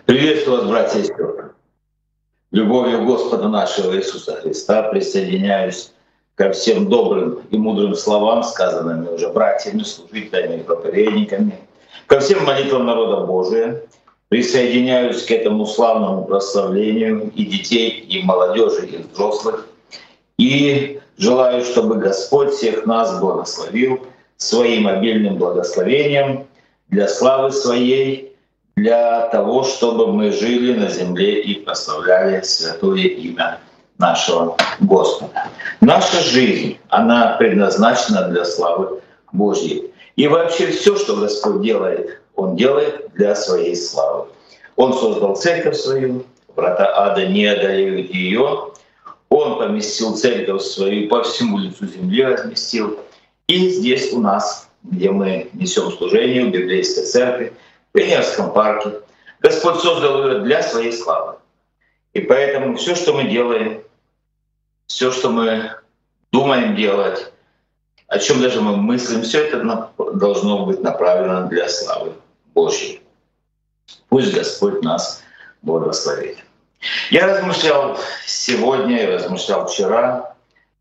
Приветствую вас, братья и сестры. Любовью Господа нашего Иисуса Христа присоединяюсь ко всем добрым и мудрым словам, сказанными уже братьями, служителями и проповедниками, ко всем молитвам народа Божия. Присоединяюсь к этому славному прославлению и детей, и молодежи, и взрослых. И желаю, чтобы Господь всех нас благословил своим обильным благословением для славы Своей, для того, чтобы мы жили на земле и прославляли святое имя нашего Господа. Наша жизнь, она предназначена для славы Божьей. И вообще все, что Господь делает, Он делает для Своей славы. Он создал церковь свою, врата ада не одолеют ее. Он поместил церковь свою, по всему лицу земли разместил. И здесь у нас, где мы несем служение, в библейской церкви, в Пионерском парке, Господь создал ее для Своей славы. И поэтому все, что мы делаем, все, что мы думаем делать, о чем даже мы мыслим, все это должно быть направлено для славы Божьей. Пусть Господь нас благословит. Я размышлял сегодня и размышлял вчера,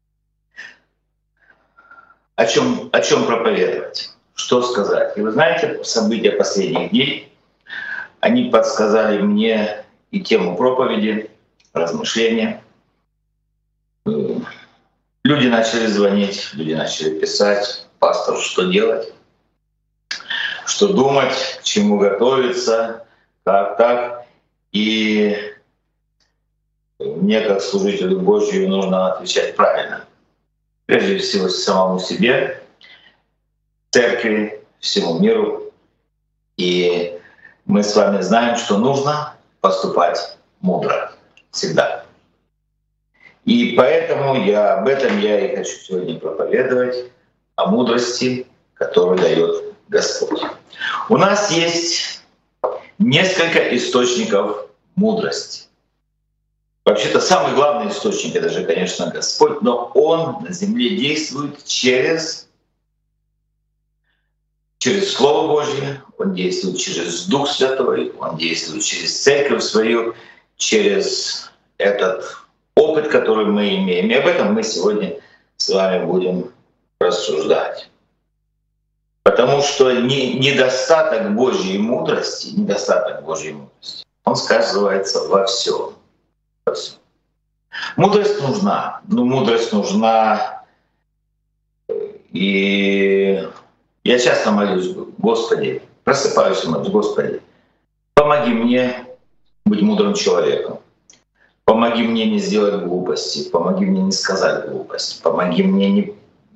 о чем проповедовать, что сказать. И вы знаете, события последних дней, они подсказали мне и тему проповеди, размышления. Люди начали звонить, люди начали писать: пастор, что делать, что думать, к чему готовиться, как так. И мне, как служителю Божьему, нужно отвечать правильно. Прежде всего самому себе, церкви, всему миру. И мы с вами знаем, что нужно поступать мудро всегда. И поэтому об этом я и хочу сегодня проповедовать, о мудрости, которую дает Господь. У нас есть несколько источников мудрости. Вообще-то самый главный источник — это же, конечно, Господь, но Он на земле действует через Слово Божье, Он действует через Дух Святой, Он действует через Церковь свою, через этот опыт, который мы имеем. И об этом мы сегодня с вами будем рассуждать. Потому что недостаток Божьей мудрости, он сказывается во всем. Мудрость нужна. Мудрость нужна. И я часто молюсь: Господи, просыпаюсь и молюсь: Господи, помоги мне быть мудрым человеком. Помоги мне не сделать глупости, помоги мне не сказать глупость, помоги мне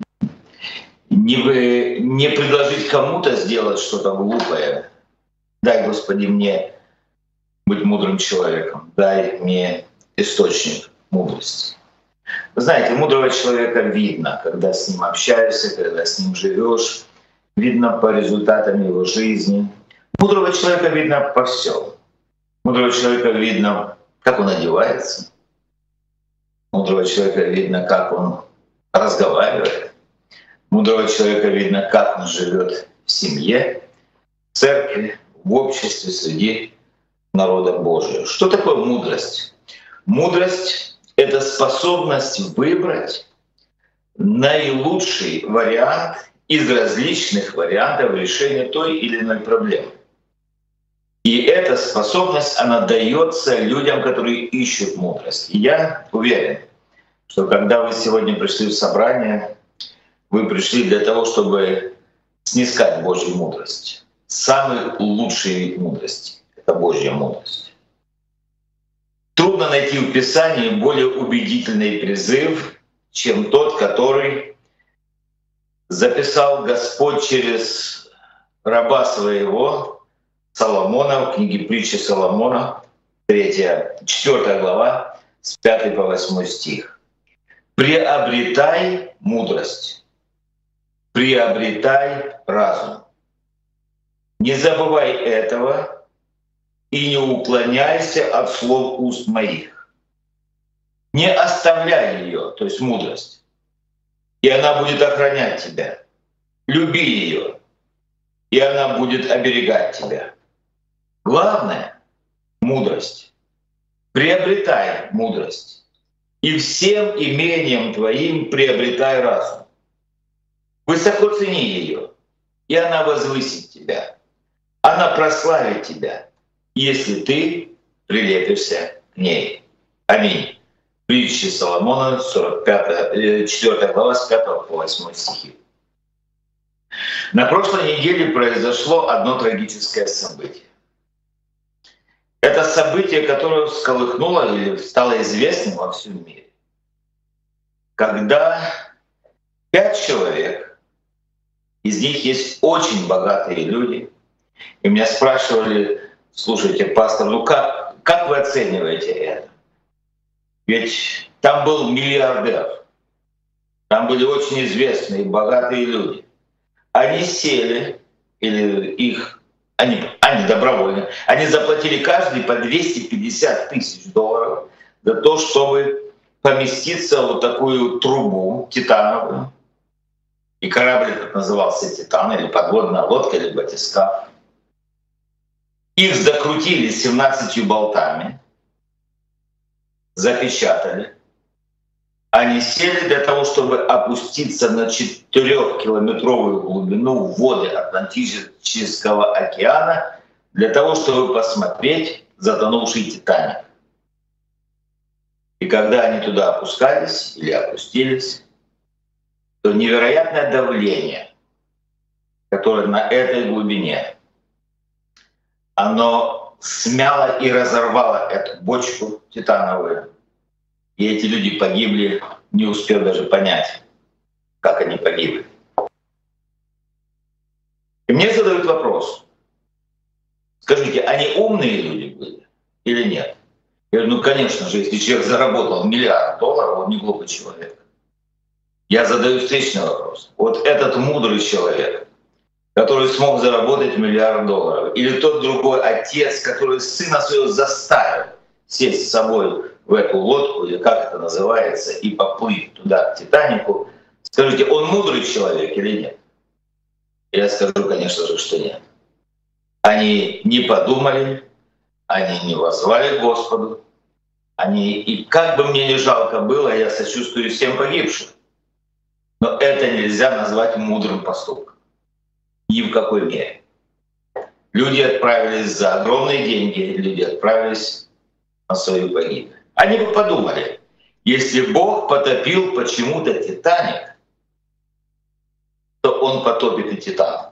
не предложить кому-то сделать что-то глупое. Дай, Господи, мне быть мудрым человеком, дай мне источник мудрости. Вы знаете, мудрого человека видно, когда с ним общаешься, когда с ним живешь, видно по результатам его жизни. Мудрого человека видно по всем. Мудрого человека видно, как он одевается. Мудрого человека видно, как он разговаривает. Мудрого человека видно, как он живет в семье, в церкви, в обществе, среди народа Божия. Что такое мудрость? Мудрость — это способность выбрать наилучший вариант из различных вариантов решения той или иной проблемы. И эта способность, она дается людям, которые ищут мудрость. И я уверен, что когда вы сегодня пришли в собрание, вы пришли для того, чтобы снискать Божью мудрость. Самый лучший вид мудрости — это Божья мудрость. Трудно найти в Писании более убедительный призыв, чем тот, который записал Господь через раба своего Соломона в книге «Притчи Соломона», 4 глава, с 5 по 8 стих. «Приобретай мудрость, приобретай разум. Не забывай этого и не уклоняйся от слов уст моих. Не оставляй ее, то есть мудрость, и она будет охранять тебя. Люби ее, и она будет оберегать тебя». Главное — мудрость. Приобретай мудрость. И всем имением твоим приобретай разум. Высоко цени ее, и она возвысит тебя. Она прославит тебя, если ты прилепишься к ней. Аминь. Притчи Соломона, 4 глава, с 5 по 8 стихи. На прошлой неделе произошло одно трагическое событие. Это событие, которое всколыхнуло или стало известным во всем мире. Когда 5 человек, из них есть очень богатые люди, и меня спрашивали: слушайте, пастор, ну как вы оцениваете это? Ведь там был миллиардер, там были очень известные богатые люди. Они сели, или они добровольно, они заплатили каждый по $250 тысяч за то, чтобы поместиться в вот такую трубу титановую. И корабль этот назывался «Титан», или подводная лодка, или батискаф. Их закрутили 17 болтами, запечатали. Они сели для того, чтобы опуститься на 4-километровую глубину в воды Атлантического океана, для того, чтобы посмотреть затонувший «Титаник». И когда они туда опускались или опустились, то невероятное давление, которое на этой глубине, оно смяло и разорвало эту бочку титановую. И эти люди погибли, не успев даже понять, как они погибли. И мне задают вопрос: скажите, они умные люди были или нет? Я говорю, ну конечно же, если человек заработал $1 миллиард, он не глупый человек. Я задаю встречный вопрос. Вот этот мудрый человек, который смог заработать $1 миллиард, или тот другой отец, который сына своего заставил сесть с собой в эту лодку, или как это называется, и поплыть туда, к «Титанику», скажите, он мудрый человек или нет? Я скажу, конечно же, что нет. Они не подумали, они не воззвали к Господу, и как бы мне ни жалко было, я сочувствую всем погибшим, но это нельзя назвать мудрым поступком. Ни в какой мере. Люди отправились за огромные деньги, люди отправились на свою погибель. Они бы подумали, если Бог потопил почему-то «Титаник», то Он потопит и «Титан».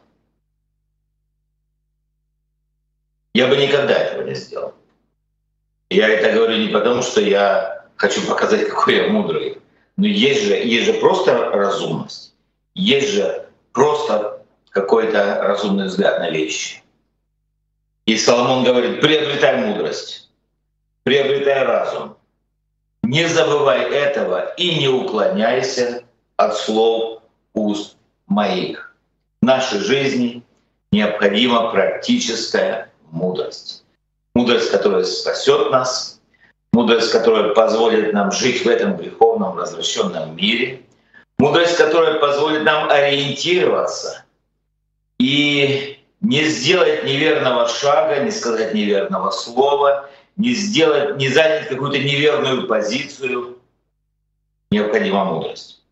Я бы никогда этого не сделал. Я это говорю не потому, что я хочу показать, какой я мудрый. Но есть же просто разумность, есть же просто какой-то разумный взгляд на вещи. И Соломон говорит: приобретай мудрость, приобретай разум, не забывай этого и не уклоняйся от слов уст моих. В нашей жизни необходима практическая мудрость. Мудрость, которая спасет нас, мудрость, которая позволит нам жить в этом греховном, развращенном мире, мудрость, которая позволит нам ориентироваться и не сделать неверного шага, не сказать неверного слова, не занять какую-то неверную позицию. Необходима мудрость.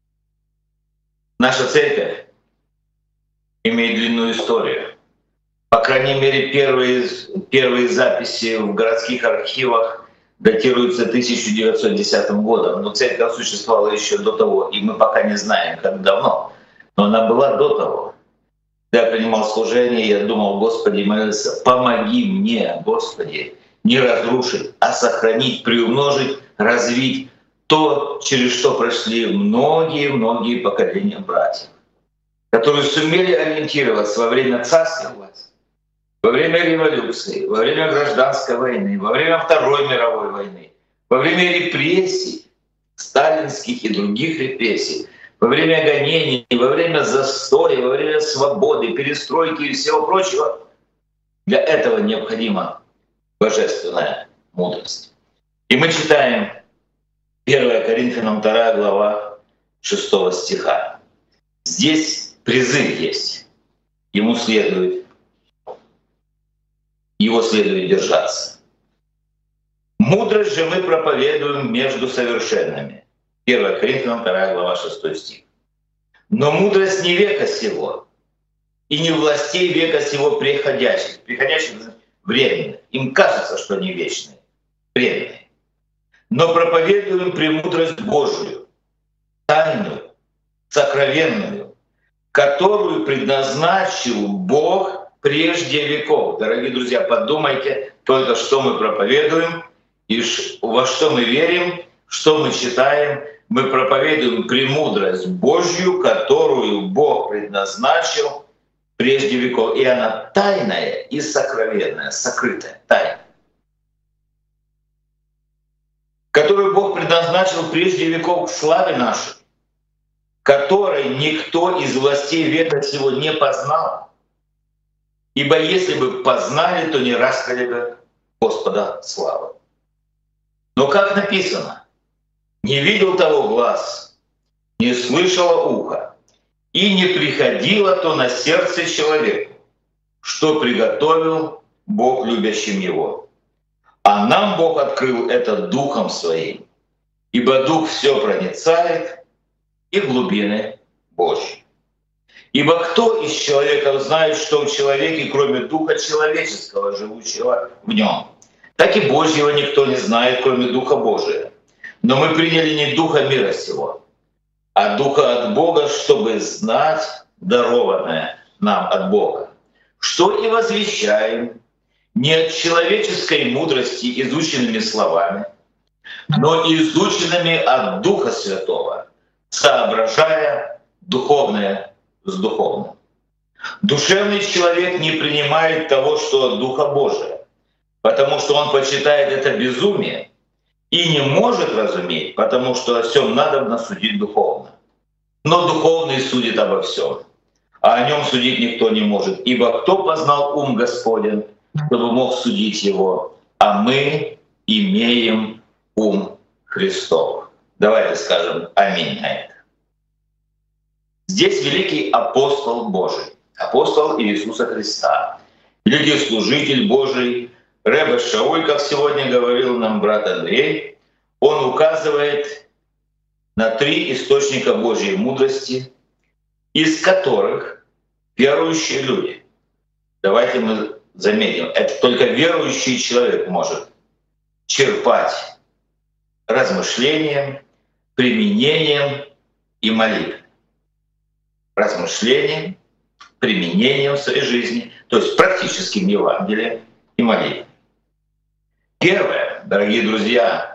Наша церковь имеет длинную историю. По крайней мере, первые записи в городских архивах датируются 1910 годом. Но церковь существовала еще до того, и мы пока не знаем, как давно. Но она была до того. Когда я принимал служение, я думал: Господи, молился, помоги мне, Господи, не разрушить, а сохранить, приумножить, развить то, через что прошли многие-многие поколения братьев, которые сумели ориентироваться во время царской власти, во время революции, во время гражданской войны, во время Второй мировой войны, во время репрессий, сталинских и других репрессий, во время гонений, во время застоя, во время свободы, перестройки и всего прочего. Для этого необходима божественная мудрость. И мы читаем 1 Коринфянам 2 глава 6 стиха. Здесь призыв есть. Его следует держаться. Мудрость же мы проповедуем между совершенными. 1 Коринфянам 2 глава 6 стих. Но мудрость не века сего, и не властей века сего приходящих. Приходящих временных. Им кажется, что они вечные, временные. Но проповедуем премудрость Божию, тайную, сокровенную, которую предназначил Бог прежде веков. Дорогие друзья, подумайте только, что мы проповедуем и во что мы верим, что мы читаем. Мы проповедуем премудрость Божью, которую Бог предназначил прежде веков. И она тайная и сокровенная, сокрытая, тайна, которую Бог предназначил прежде веков к славе нашей, которой никто из властей века сего не познал. Ибо если бы познали, то не раскрыли бы Господа славы. Но как написано, не видел того глаз, не слышало ухо, и не приходило то на сердце человеку, что приготовил Бог любящим его. А нам Бог открыл это Духом Своим, ибо Дух все проницает и глубины Божьи. Ибо кто из человеков знает, что в человеке, кроме Духа человеческого, живущего в нем? Так и Божьего никто не знает, кроме Духа Божия. Но мы приняли не Духа мира сего, а Духа от Бога, чтобы знать дарованное нам от Бога. Что и возвещаем не от человеческой мудрости изученными словами, но изученными от Духа Святого, соображая духовное с духовным. Душевный человек не принимает того, что от Духа Божия, потому что он почитает это безумие и не может разуметь, потому что о всем надобно судить духовно. Но духовный судит обо всем, а о нем судить никто не может. Ибо кто познал ум Господень, чтобы мог судить его, а мы имеем ум Христов. Давайте скажем аминь на это. Здесь великий апостол Божий, апостол Иисуса Христа, великий служитель Божий, Ребе Шауль, как сегодня говорил нам брат Андрей, он указывает на 3 источника Божьей мудрости, из которых верующие люди, давайте мы заметим, это только верующий человек может черпать размышлением, применением и молитвой. Размышлением, применением в своей жизни, то есть практическим Евангелием и молитвой. Первое, дорогие друзья,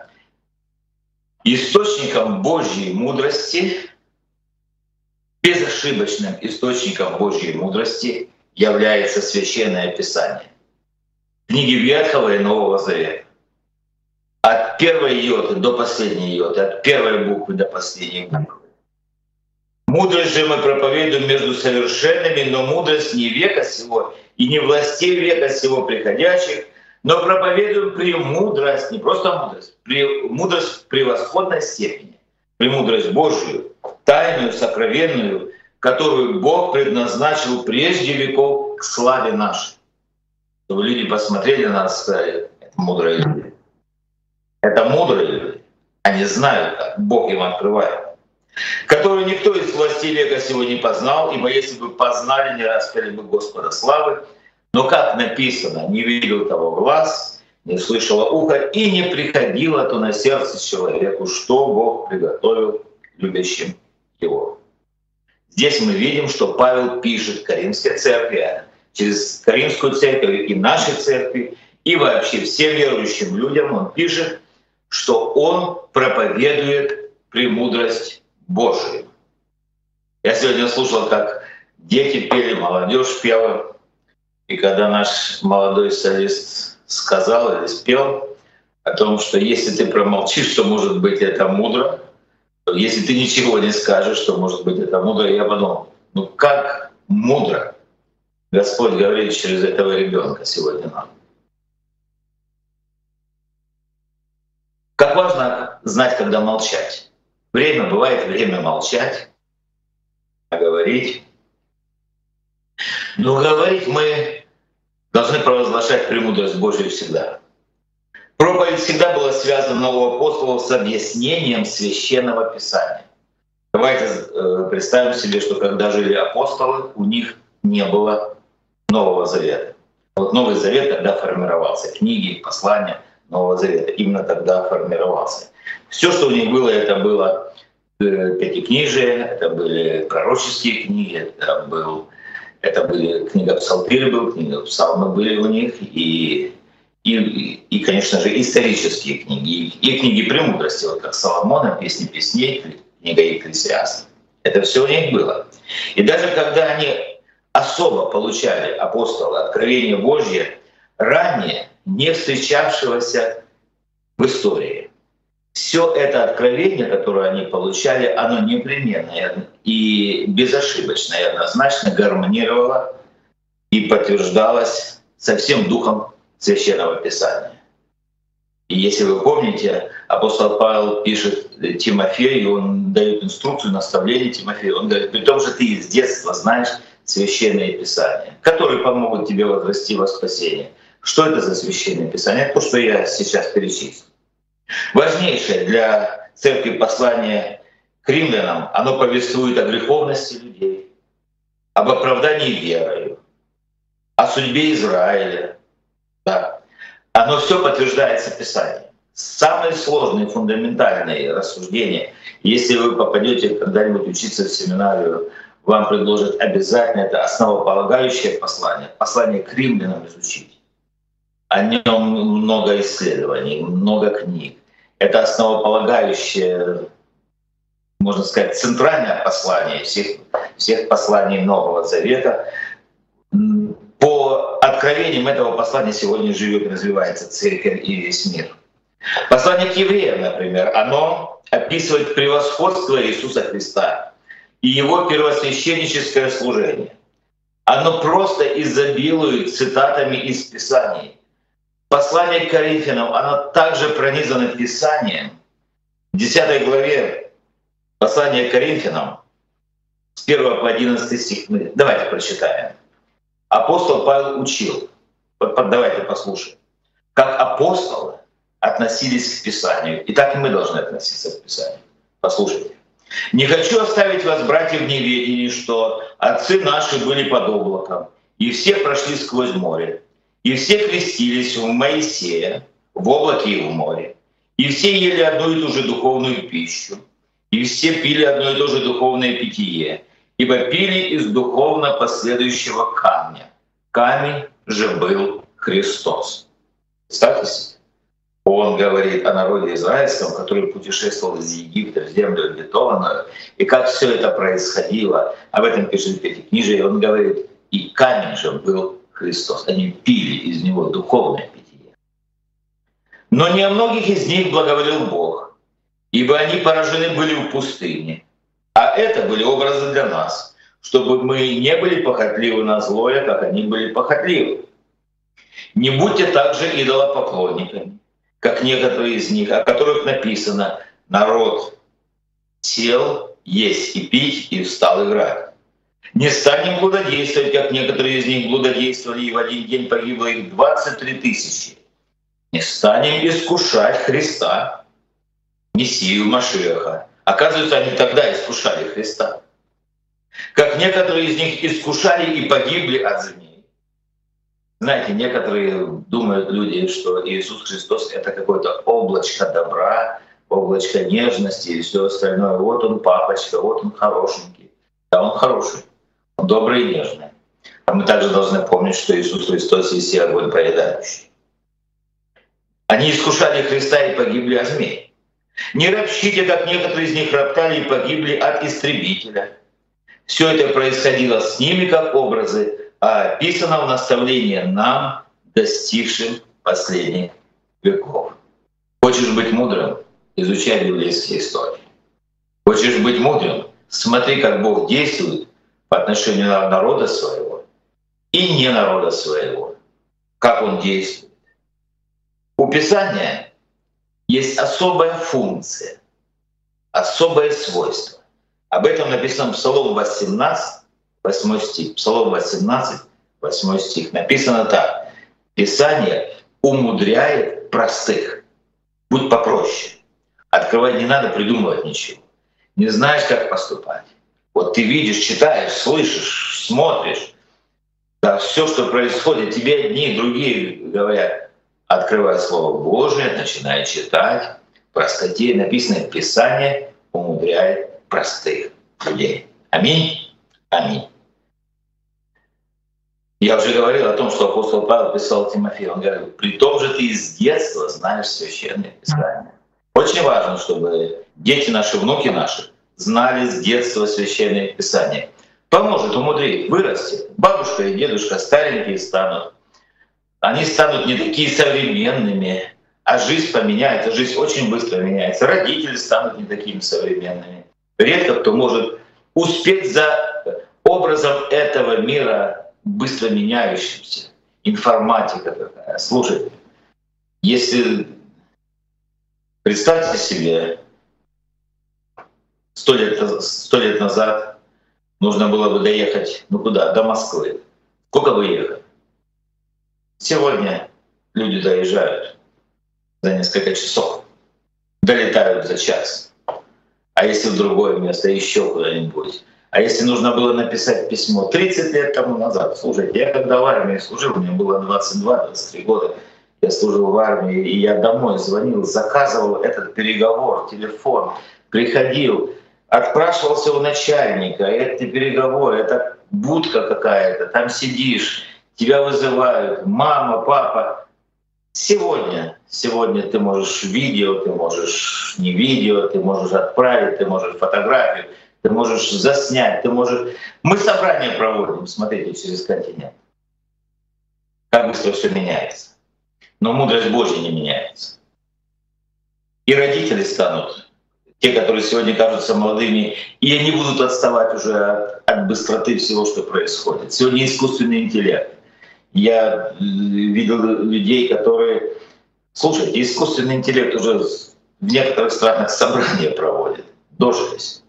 источником Божьей мудрости, безошибочным источником Божьей мудрости является Священное Писание. Книги Ветхого и Нового Завета. От первой йоты до последней йоты, от первой буквы до последней буквы. Мудрость же мы проповедуем между совершенными, но мудрость не века сего и не властей века сего приходящих, но проповедуем премудрость, не просто мудрость, мудрость в превосходной степени, премудрость Божию, тайную, сокровенную, которую Бог предназначил прежде веков к славе нашей. Чтобы люди посмотрели на нас и сказали, это мудрые люди. Это мудрые люди. Они знают, как Бог им открывает. Которую никто из властей века сего не познал, ибо если бы познали, не раскрыли бы Господа славы. Но как написано, не видел того глаз, не слышало ухо, и не приходило то на сердце человеку, что Бог приготовил любящим его. Здесь мы видим, что Павел пишет Каримской церкви, через Каримскую церковь и нашей церкви, и вообще всем верующим людям он пишет, что он проповедует премудрость Божию. Я сегодня слушал, как дети пели, молодежь пела. И когда наш молодой солист сказал или спел о том, что если ты промолчишь, то, может быть, это мудро, то если ты ничего не скажешь, то, может быть, это мудро, я подумал, ну как мудро Господь говорит через этого ребенка сегодня нам. Как важно знать, когда молчать. Бывает время молчать, а говорить. Но говорить мы должны провозглашать премудрость Божию всегда. Проповедь всегда была связана у апостолов с объяснением Священного Писания. Давайте представим себе, что когда жили апостолы, у них не было Нового Завета. Вот Новый Завет тогда формировался, книги, послания Нового Завета именно тогда формировался. Все, что у них было, это было пятикнижие, это были пророческие книги, это были книга Псалтырь, книга Псалмы были у них, и, конечно же, исторические книги, и книги премудрости, вот как Соломона, «Песни песней», книга Екклесиаста. Это все у них было. И даже когда они особо получали, апостолы, откровение Божье, ранее не встречавшегося в истории. Все это откровение, которое они получали, оно непременно и безошибочно и однозначно гармонировало и подтверждалось со всем духом Священного Писания. И если вы помните, апостол Павел пишет Тимофею, он дает инструкцию, наставление Тимофею. Он говорит: при том же ты с детства знаешь Священные Писания, которые помогут тебе возрасти во спасение. Что это за Священное Писание? Это то, что я сейчас перечислил. Важнейшее для церкви послание к римлянам, оно повествует о греховности людей, об оправдании верою, о судьбе Израиля. Да. Оно все подтверждается Писанием. Самые сложные, фундаментальные рассуждения, если вы попадете когда-нибудь учиться в семинарию, вам предложат обязательно это основополагающее послание, послание к римлянам изучить. О нем много исследований, много книг. Это основополагающее, можно сказать, центральное послание всех посланий Нового Завета. По откровениям этого послания сегодня живет и развивается церковь и весь мир. Послание к евреям, например, оно описывает превосходство Иисуса Христа и Его первосвященническое служение. Оно просто изобилует цитатами из Писаний. Послание к Коринфянам, оно также пронизано Писанием. В 10 главе послания к Коринфянам, с 1 по 11 стих, давайте прочитаем. Апостол Павел учил, давайте послушаем, как апостолы относились к Писанию, и так и мы должны относиться к Писанию. Послушайте. «Не хочу оставить вас, братья, в неведении, что отцы наши были под облаком, и все прошли сквозь море, и все крестились в Моисея, в облаке и в море, и все ели одну и ту же духовную пищу, и все пили одно и то же духовное питье, ибо пили из духовно последующего камня. Камень же был Христос». Представьте себе. Он говорит о народе израильском, который путешествовал из Египта в землю обетованную, и как все это происходило. Об этом пишет Пятикнижие, и он говорит: и камень же был Христос. Они пили из него духовное питье. Но не о многих из них благоволил Бог, ибо они поражены были в пустыне. А это были образы для нас, чтобы мы не были похотливы на злое, как они были похотливы. Не будьте также идолопоклонниками, как некоторые из них, о которых написано: народ сел есть и пить, и встал играть. Не станем блудодействовать, как некоторые из них блудодействовали, и в один день погибло их 23 тысячи. Не станем искушать Христа, Мессию Машиаха. Оказывается, они тогда искушали Христа. Как некоторые из них искушали и погибли от змей. Знаете, некоторые думают люди, что Иисус Христос — это какое-то облачко добра, облачко нежности и все остальное. Вот он папочка, вот он хорошенький. Да, он хороший, он добрый и нежный. А мы также должны помнить, что Иисус Христос есть и огонь поедающий. Они искушали Христа и погибли от змей. Не ропщите, как некоторые из них роптали и погибли от истребителя. Все это происходило с ними как образы, а описано в наставлении нам, достигшим последних веков. Хочешь быть мудрым? Изучай библейские истории. Хочешь быть мудрым? Смотри, как Бог действует по отношению к народа своего и не народа своего. Как Он действует. У Писания есть особая функция, особое свойство. Об этом написано в Псалом 18, 8 стих. Псалом 18, 8 стих. Написано так. Писание умудряет простых. Будь попроще. Открывать не надо, придумывать ничего. Не знаешь, как поступать. Вот ты видишь, читаешь, слышишь, смотришь. Да, все, что происходит, тебе одни, другие говорят. Открывай Слово Божие, начинай читать. В простоте написанное Писание умудряет простых людей. Аминь. Аминь. Я уже говорил о том, что апостол Павел писал Тимофею. Он говорил: при том же ты с детства знаешь Священное Писание. Очень важно, чтобы дети наши, внуки наши знали с детства Священное Писание. Поможет, умудрит, вырасти. Бабушка и дедушка старенькие станут. Они станут не такие современными, а жизнь поменяется. Жизнь очень быстро меняется. Родители станут не такими современными. Редко кто может успеть за образом этого мира, быстро меняющимся. Информатика какая. Слушайте, если представьте себе, 100 лет назад нужно было бы доехать, куда? До Москвы. Сколько бы ехать? Сегодня люди доезжают за несколько часов, долетают за час. А если в другое место, еще куда-нибудь? А если нужно было написать письмо 30 лет тому назад? Слушайте, я когда в армии служил, мне было 22-23 года, я служил в армии, и я домой звонил, заказывал этот переговор, телефон, приходил, отпрашивался у начальника, это переговор, это будка какая-то, там сидишь, тебя вызывают, мама, папа. Сегодня ты можешь видео, ты можешь не видео, ты можешь отправить, ты можешь фотографию, ты можешь заснять, ты можешь... Мы собрания проводим, смотрите, через континент. Как быстро все меняется. Но мудрость Божья не меняется. И родители станут, те, которые сегодня кажутся молодыми, и они будут отставать уже от быстроты всего, что происходит. Сегодня искусственный интеллект. Я видел людей, которые... Слушайте, искусственный интеллект уже в некоторых странах собрания проводит. Дожились.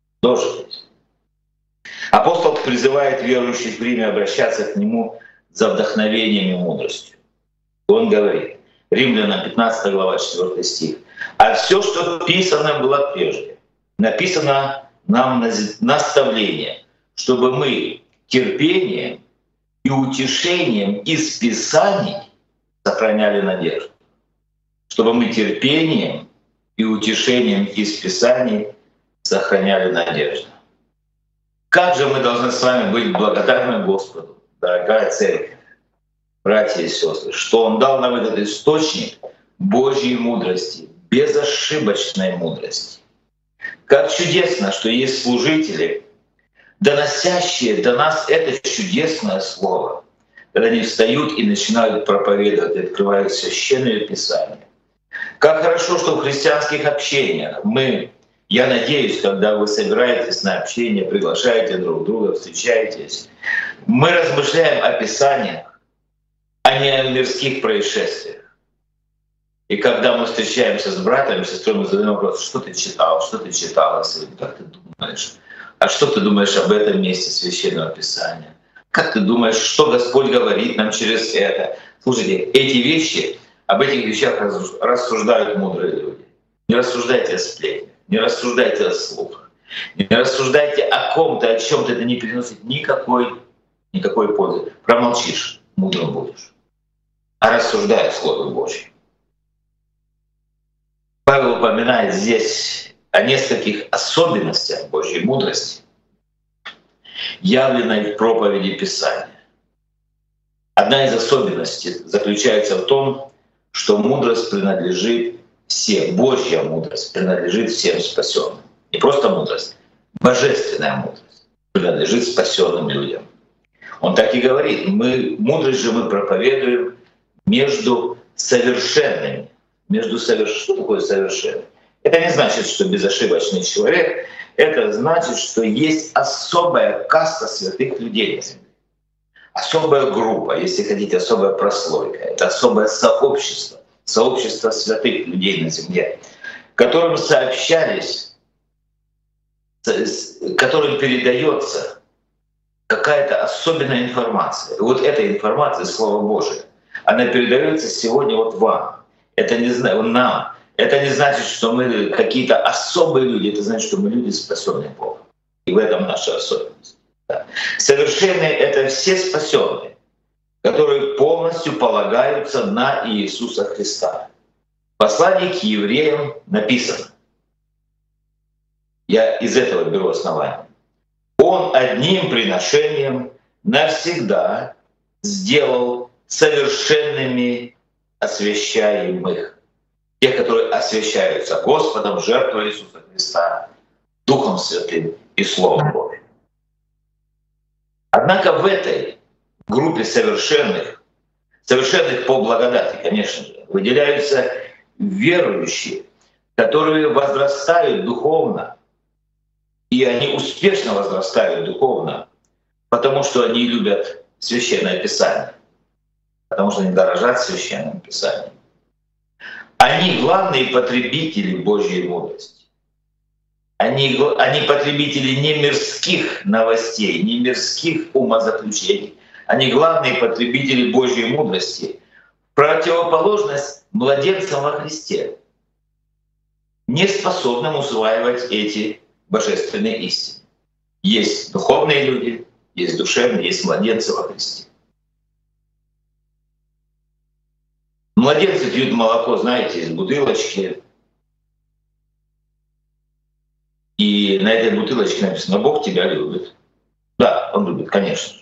Апостол призывает верующих в Риме обращаться к нему за вдохновением и мудростью. Он говорит, Римлянам 15 глава, 4 стих. «А все, что писано было прежде, написано нам наставление, чтобы мы терпением и утешением из Писаний сохраняли надежду». Чтобы мы терпением и утешением из Писаний сохраняли надежду. Как же мы должны с вами быть благодарны Господу, дорогая церковь, братья и сестры, что Он дал нам этот источник Божьей мудрости, безошибочной мудрости. Как чудесно, что есть служители, доносящие до нас это чудесное слово, когда они встают и начинают проповедовать, и открывают Священное Писание. Как хорошо, что в христианских общениях я надеюсь, когда вы собираетесь на общение, приглашаете друг друга, встречаетесь, мы размышляем о Писаниях, а не о мирских происшествиях. И когда мы встречаемся с братом и сестрой, мы задаем вопрос: что ты читал, что ты читала сегодня, как ты думаешь? А что ты думаешь об этом месте Священного Писания? Как ты думаешь, что Господь говорит нам через это? Слушайте, об этих вещах рассуждают мудрые люди. Не рассуждайте о сплетнях, не рассуждайте о слухах, не рассуждайте о ком-то, о чем-то, это не приносит никакой пользы. Промолчишь, мудрым будешь. А рассуждай о Слове Божьем. Павел упоминает здесь о нескольких особенностях Божьей мудрости, явленной в проповеди Писания. Одна из особенностей заключается в том, что мудрость принадлежит всем, Божья мудрость принадлежит всем спасенным. Не просто мудрость, божественная мудрость принадлежит спасенным людям. Он так и говорит: мудрость же мы проповедуем между совершенными. Что такое совершенный? Это не значит, что безошибочный человек. Это значит, что есть особая каста святых людей на земле. Особая группа, если хотите, особая прослойка. Это особое сообщество святых людей на земле, которым которым передается какая-то особенная информация. И вот эта информация, Слово Божие, она передается сегодня вот вам. это не нам. Это не значит, что мы какие-то особые люди. Это значит, что мы люди, спасенные Богом. И в этом наша особенность. Да. Совершенные — это все спасенные, которые полностью полагаются на Иисуса Христа. В послании к евреям написано, я из этого беру основание, Он одним приношением навсегда сделал совершенными освящаемых, тех, которые освящаются Господом, жертвой Иисуса Христа, Духом Святым и Словом Божьим. Однако в этой группе совершенных по благодати, конечно же, выделяются верующие, которые возрастают духовно, и они успешно возрастают духовно, потому что они любят Священное Писание, потому что они дорожат Священным Писанием. Они главные потребители Божьей мудрости. Они потребители не мирских новостей, не мирских умозаключений. Они главные потребители Божьей мудрости. Противоположность младенцам во Христе, не способным усваивать эти божественные истины. Есть духовные люди, есть душевные, есть младенцы во Христе. Младенцы пьют молоко, знаете, из бутылочки. И на этой бутылочке написано: «Бог тебя любит». Да, Он любит, конечно.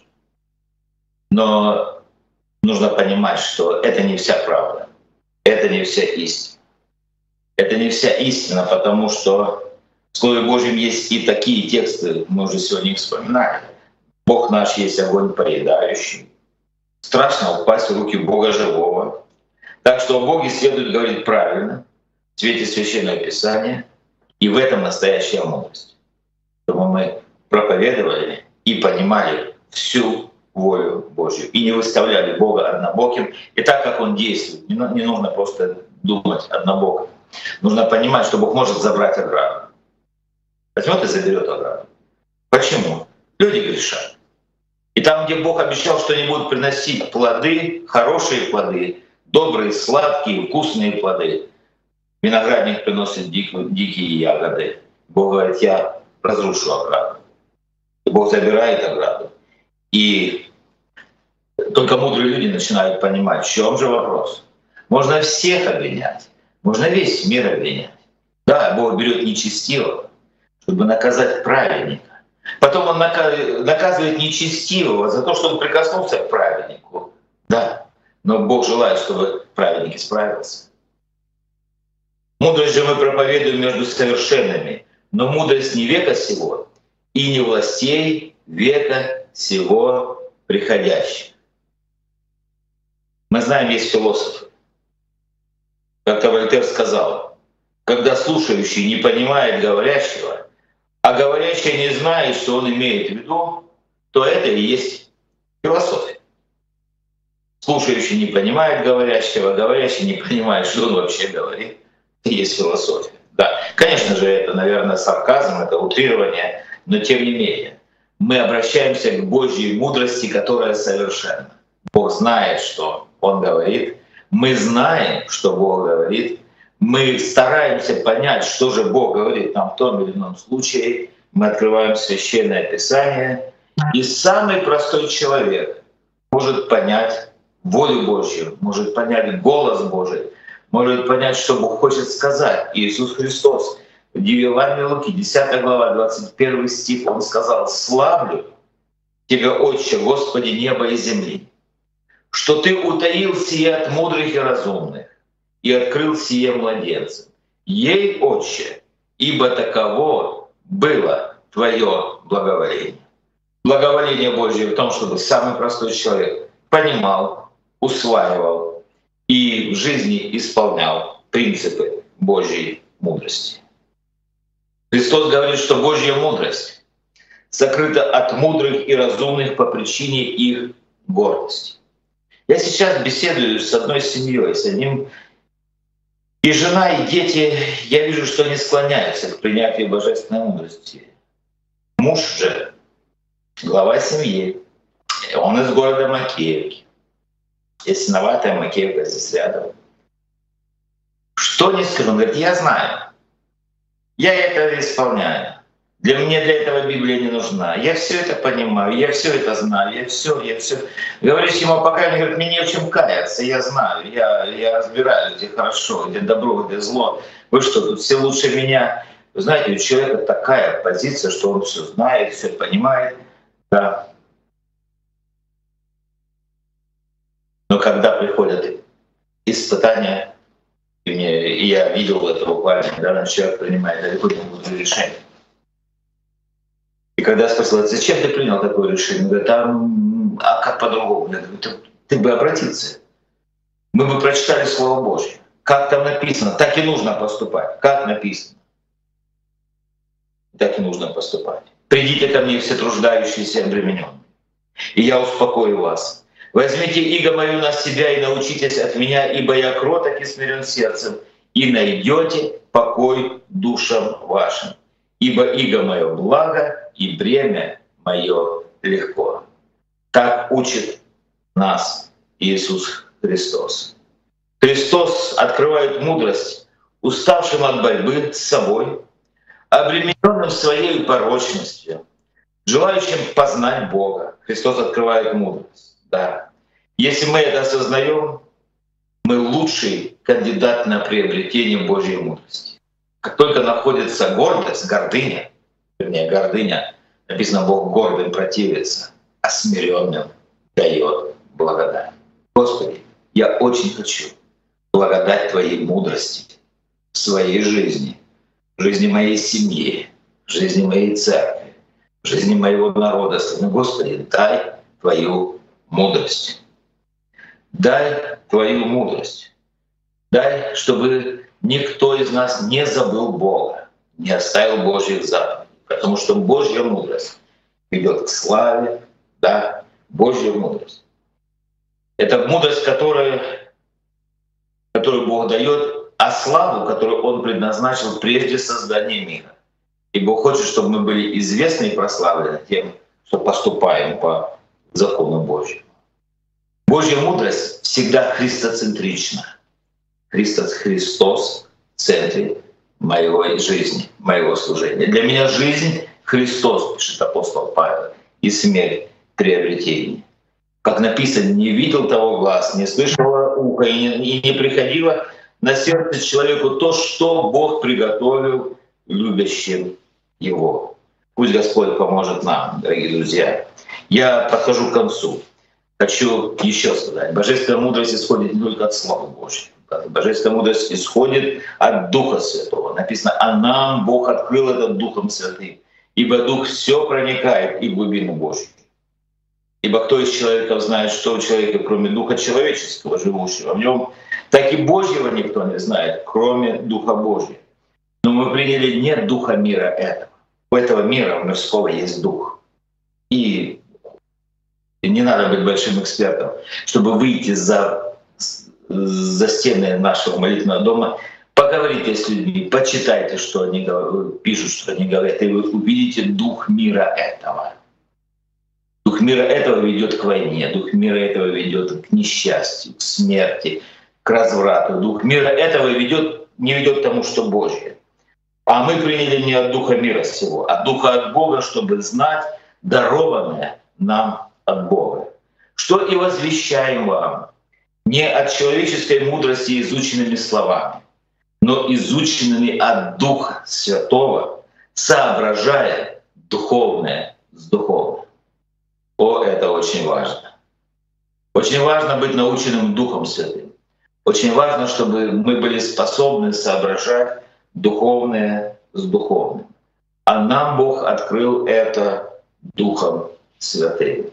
Но нужно понимать, что это не вся правда. Это не вся истина. Это не вся истина, потому что в Слове Божьем есть и такие тексты, мы уже сегодня их вспоминали. Бог наш есть огонь поедающий. Страшно упасть в руки Бога живого. Так что о Боге следует говорить правильно, в свете Священного Писания, и в этом настоящая мудрость. Чтобы мы проповедовали и понимали всю волю Божью, и не выставляли Бога однобоким. И так как Он действует, не нужно просто думать однобоко. Нужно понимать, что Бог может забрать ограду. Возьмет и заберет ограду. Почему? Люди грешат. И там, где Бог обещал, что они будут приносить плоды, хорошие плоды, добрые, сладкие, вкусные плоды, виноградник приносит дикие ягоды. Бог говорит: я разрушу ограду. И Бог забирает ограду. И только мудрые люди начинают понимать, в чем же вопрос. Можно всех обвинять, можно весь мир обвинять. Да, Бог берет нечестивого, чтобы наказать праведника. Потом Он наказывает нечестивого за то, что он прикоснулся к праведнику. Да, но Бог желает, чтобы праведник исправился. Мудрость же мы проповедуем между совершенными, но мудрость не века сего и не властей века сего приходящих. Мы знаем, есть философы. Как-то Вольтер сказал: когда слушающий не понимает говорящего, а говорящий не знает, что он имеет в виду, то это и есть философия. Слушающий не понимает говорящего, говорящий не понимает, что он вообще говорит, и есть философия. Да, конечно же, это, наверное, сарказм, это утрирование, но тем не менее мы обращаемся к Божьей мудрости, которая совершенна. Бог знает, что Он говорит, мы знаем, что Бог говорит, мы стараемся понять, что же Бог говорит нам в том или ином случае, мы открываем Священное Писание, и самый простой человек может понять волю Божью, может понять голос Божий, может понять, что Бог хочет сказать. Иисус Христос в Евангелии Луки, 10 глава, 21 стих, Он сказал: «Славлю Тебя, Отче, Господи неба и земли, что Ты утаил сие от мудрых и разумных и открыл сие младенцам. Ей, Отче, ибо таково было Твое благоволение». Благоволение Божье в том, чтобы самый простой человек понимал, усваивал и в жизни исполнял принципы Божьей мудрости. Христос говорит, что Божья мудрость сокрыта от мудрых и разумных по причине их гордости. Я сейчас беседую с одной семьей, с одним, и жена, и дети, я вижу, что они склоняются к принятию божественной мудрости. Муж же глава семьи, он из города Макеевки. Ясноватая Макеевка здесь рядом. Что не скажу? Он говорит, я знаю. Я это исполняю. Для этого Библия не нужна. Я все это понимаю, я все это знаю, я все. Говоришь ему, пока не говорит, мне не в чем каяться, я знаю, я разбираюсь, где хорошо, где добро, где зло. Вы что, тут все лучше меня? Вы знаете, у человека такая позиция, что он все знает, все понимает. Да. Но когда приходят испытания, и я видел это буквально, когда человек принимает далеко не мудрые решения. И когда я спросил, зачем ты принял такое решение? Он говорит, а как по-другому? Я говорю, ты бы обратился. Мы бы прочитали Слово Божье. Как там написано, так и нужно поступать. Как написано, так и нужно поступать. Придите ко мне все труждающиеся и обремененные, и я успокою вас. Возьмите иго мою на себя и научитесь от меня, ибо я кроток и смирен сердцем, и найдете покой душам вашим. Ибо иго мое благо, и бремя мое легко. Так учит нас Иисус Христос. Христос открывает мудрость уставшим от борьбы с собой, обремененным своей порочностью, желающим познать Бога. Христос открывает мудрость. Да. Если мы это осознаем, мы лучший кандидат на приобретение Божьей мудрости. Как только находится гордость, гордыня, написано, Бог гордым противится, а смиренным дает благодать. Господи, я очень хочу благодать Твоей мудрости в своей жизни, в жизни моей семьи, в жизни моей церкви, в жизни моего народа. Господи, дай Твою мудрость. Дай Твою мудрость. Дай, чтобы никто из нас не забыл Бога, не оставил Божьих заповедей. Потому что Божья мудрость ведет к славе, да, Божья мудрость. Это мудрость, которую Бог дает, а славу, которую Он предназначил прежде создания мира. И Бог хочет, чтобы мы были известны и прославлены тем, что поступаем по закону Божьему. Божья мудрость всегда христоцентрична. Христос в центре моей жизни, моего служения. Для меня жизнь — Христос, пишет апостол Павел, и смерть — приобретение. Как написано, не видел того глаз, не слышало ухо и не приходило на сердце человеку то, что Бог приготовил любящим Его. Пусть Господь поможет нам, дорогие друзья. Я подхожу к концу. Хочу еще сказать. Божественная мудрость исходит не только от Слова Божьего. Божественная мудрость исходит от Духа Святого. Написано, а нам Бог открыл этот Духом Святым. Ибо Дух все проникает и в глубину Божью. Ибо кто из человеков знает, что у человека, кроме Духа человеческого, живущего в нем, так и Божьего никто не знает, кроме Духа Божьего. Но мы приняли не Духа мира этого. У этого мира, у мирского, есть Дух. И не надо быть большим экспертом, чтобы выйти за стены нашего молитвенного дома, поговорите с людьми, почитайте, что они пишут, что они говорят, и вы увидите дух мира этого. Дух мира этого ведет к войне, дух мира этого ведет к несчастью, к смерти, к разврату. Дух мира этого не ведет к тому, что Божье. А мы приняли не от духа мира сего, а духа от Бога, чтобы знать дарованное нам от Бога. Что и возвещаем вам, не от человеческой мудрости изученными словами, но изученными от Духа Святого, соображая духовное с духовным. О, это очень важно. Очень важно быть наученным Духом Святым. Очень важно, чтобы мы были способны соображать духовное с духовным. А нам Бог открыл это Духом Святым.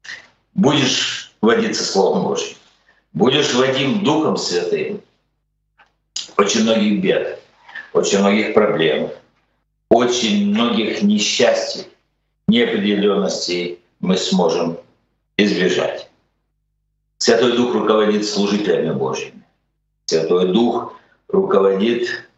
Будешь водиться Словом Божьим, будешь водим Духом Святым, очень многих бед, очень многих проблем, очень многих несчастий, неопределенностей мы сможем избежать. Святой Дух руководит служителями Божьими. Святой Дух руководит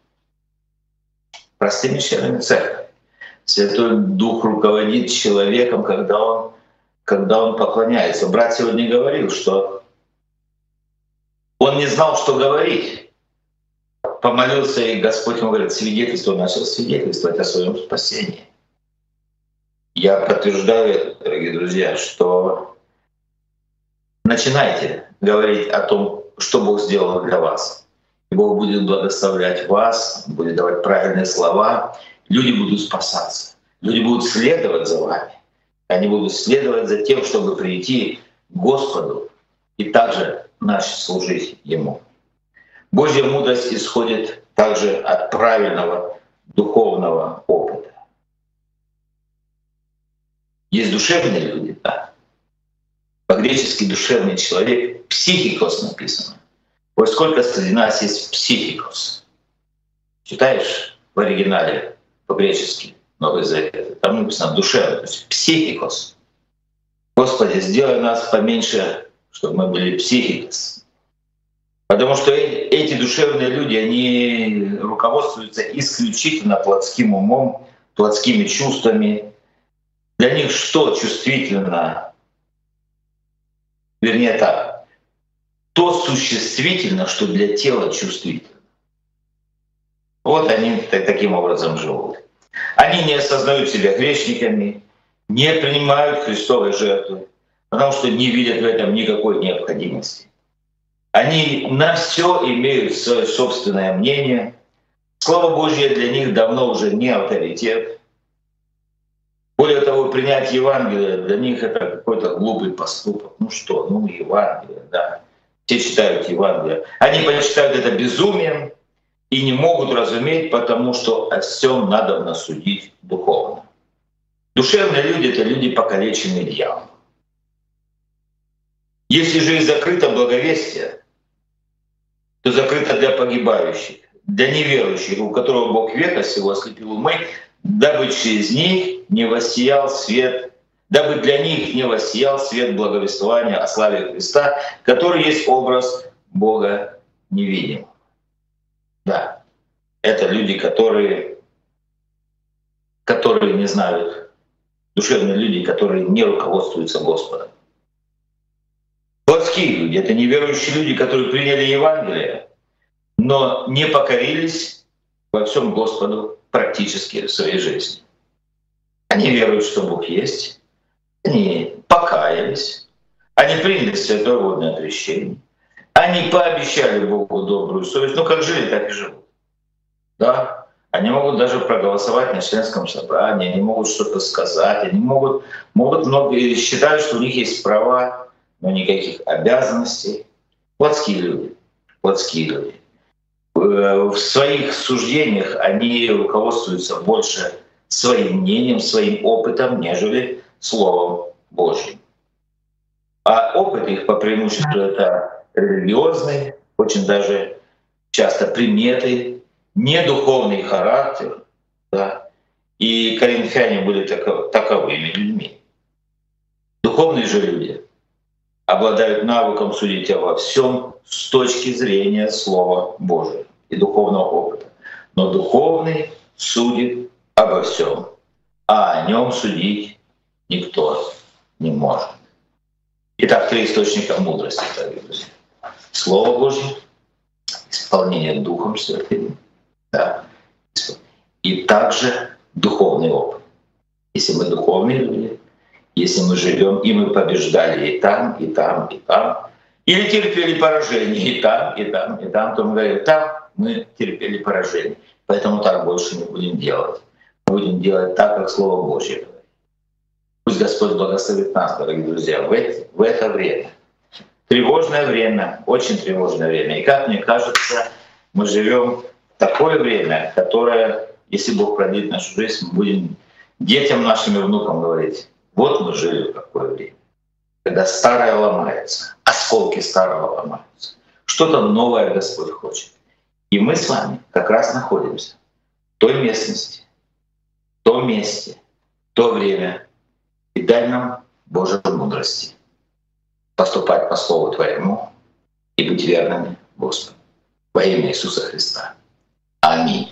простыми членами церкви. Святой Дух руководит человеком, когда он поклоняется. Брат сегодня говорил, что он не знал, что говорить. помолился, и Господь ему говорит, свидетельство, начал свидетельствовать о своем спасении. Я подтверждаю, дорогие друзья, что начинайте говорить о том, что Бог сделал для вас. И Бог будет благословлять вас, будет давать правильные слова, люди будут спасаться, люди будут следовать за вами. Они будут следовать за тем, чтобы прийти к Господу и также начать служить Ему. Божья мудрость исходит также от правильного духовного опыта. Есть душевные люди, да. По-гречески душевный человек, психикос написано. Вот сколько среди нас есть психикос. Читаешь в оригинале по-гречески Новый Завет, там написано душевный, то есть психикос. Господи, сделай нас поменьше, чтобы мы были психикос. Потому что эти душевные люди, они руководствуются исключительно плотским умом, плотскими чувствами. Для них что чувствительно? Вернее так, то существительно, что для тела чувствительно. Вот они таким образом живут. Они не осознают себя грешниками, не принимают Христовой жертвы, потому что не видят в этом никакой необходимости. Они на все имеют свое собственное мнение. Слово Божье для них давно уже не авторитет. Более того, принять Евангелие для них это какой-то глупый поступок. Ну что, Евангелие, да. Все читают Евангелие. Они почитают это безумием и не могут разуметь, потому что о всем надо судить духовно. Душевные люди — это люди, покалеченные дьяволом. Если же и закрыто благовестие, то закрыто для погибающих, для неверующих, у которого Бог века сего ослепил умы, дабы через них не воссиял свет, дабы для них не воссиял свет благовествования о славе Христа, который есть образ Бога невидимого. Да, это люди, которые не знают, душевные люди, которые не руководствуются Господом. Плотские люди — это неверующие люди, которые приняли Евангелие, но не покорились во всем Господу практически в своей жизни. Они веруют, что Бог есть, они покаялись, они приняли святое водное крещение, они пообещали Богу добрую совесть, как жили, так и живут. Да? Они могут даже проголосовать на членском собрании, они могут что-то сказать, они могут многие считают, что у них есть права, но никаких обязанностей. Плотские люди. В своих суждениях они руководствуются больше своим мнением, своим опытом, нежели Словом Божьим. А опыт их по преимуществу — это религиозный, очень даже часто приметы, недуховный характер. Да? И коринфяне были таковыми людьми. Духовные же люди обладают навыком судить обо всем с точки зрения Слова Божия и духовного опыта. Но духовный судит обо всем, а о нем судить никто не может. Итак, 3 источника мудрости, дорогие друзья. Слово Божье, исполнение Духом Святым, да, и также духовный опыт. Если мы духовные люди, если мы живем, и мы побеждали и там, и там, и там, или терпели поражение и там, и там, и там, то мы говорим, там мы терпели поражение. Поэтому так больше не будем делать. Мы будем делать так, как Слово Божье говорит. Пусть Господь благословит нас, дорогие друзья, в это время. Тревожное время, очень тревожное время. И как мне кажется, мы живем в такое время, которое, если Бог продлит нашу жизнь, мы будем детям нашим и внукам говорить, вот мы жили в такое время, когда старое ломается, осколки старого ломаются. Что-то новое Господь хочет. И мы с вами как раз находимся в той местности, в том месте, в то время. И дай нам Божьей мудрости поступать по Слову Твоему и быть верными Господу. Во имя Иисуса Христа. Аминь.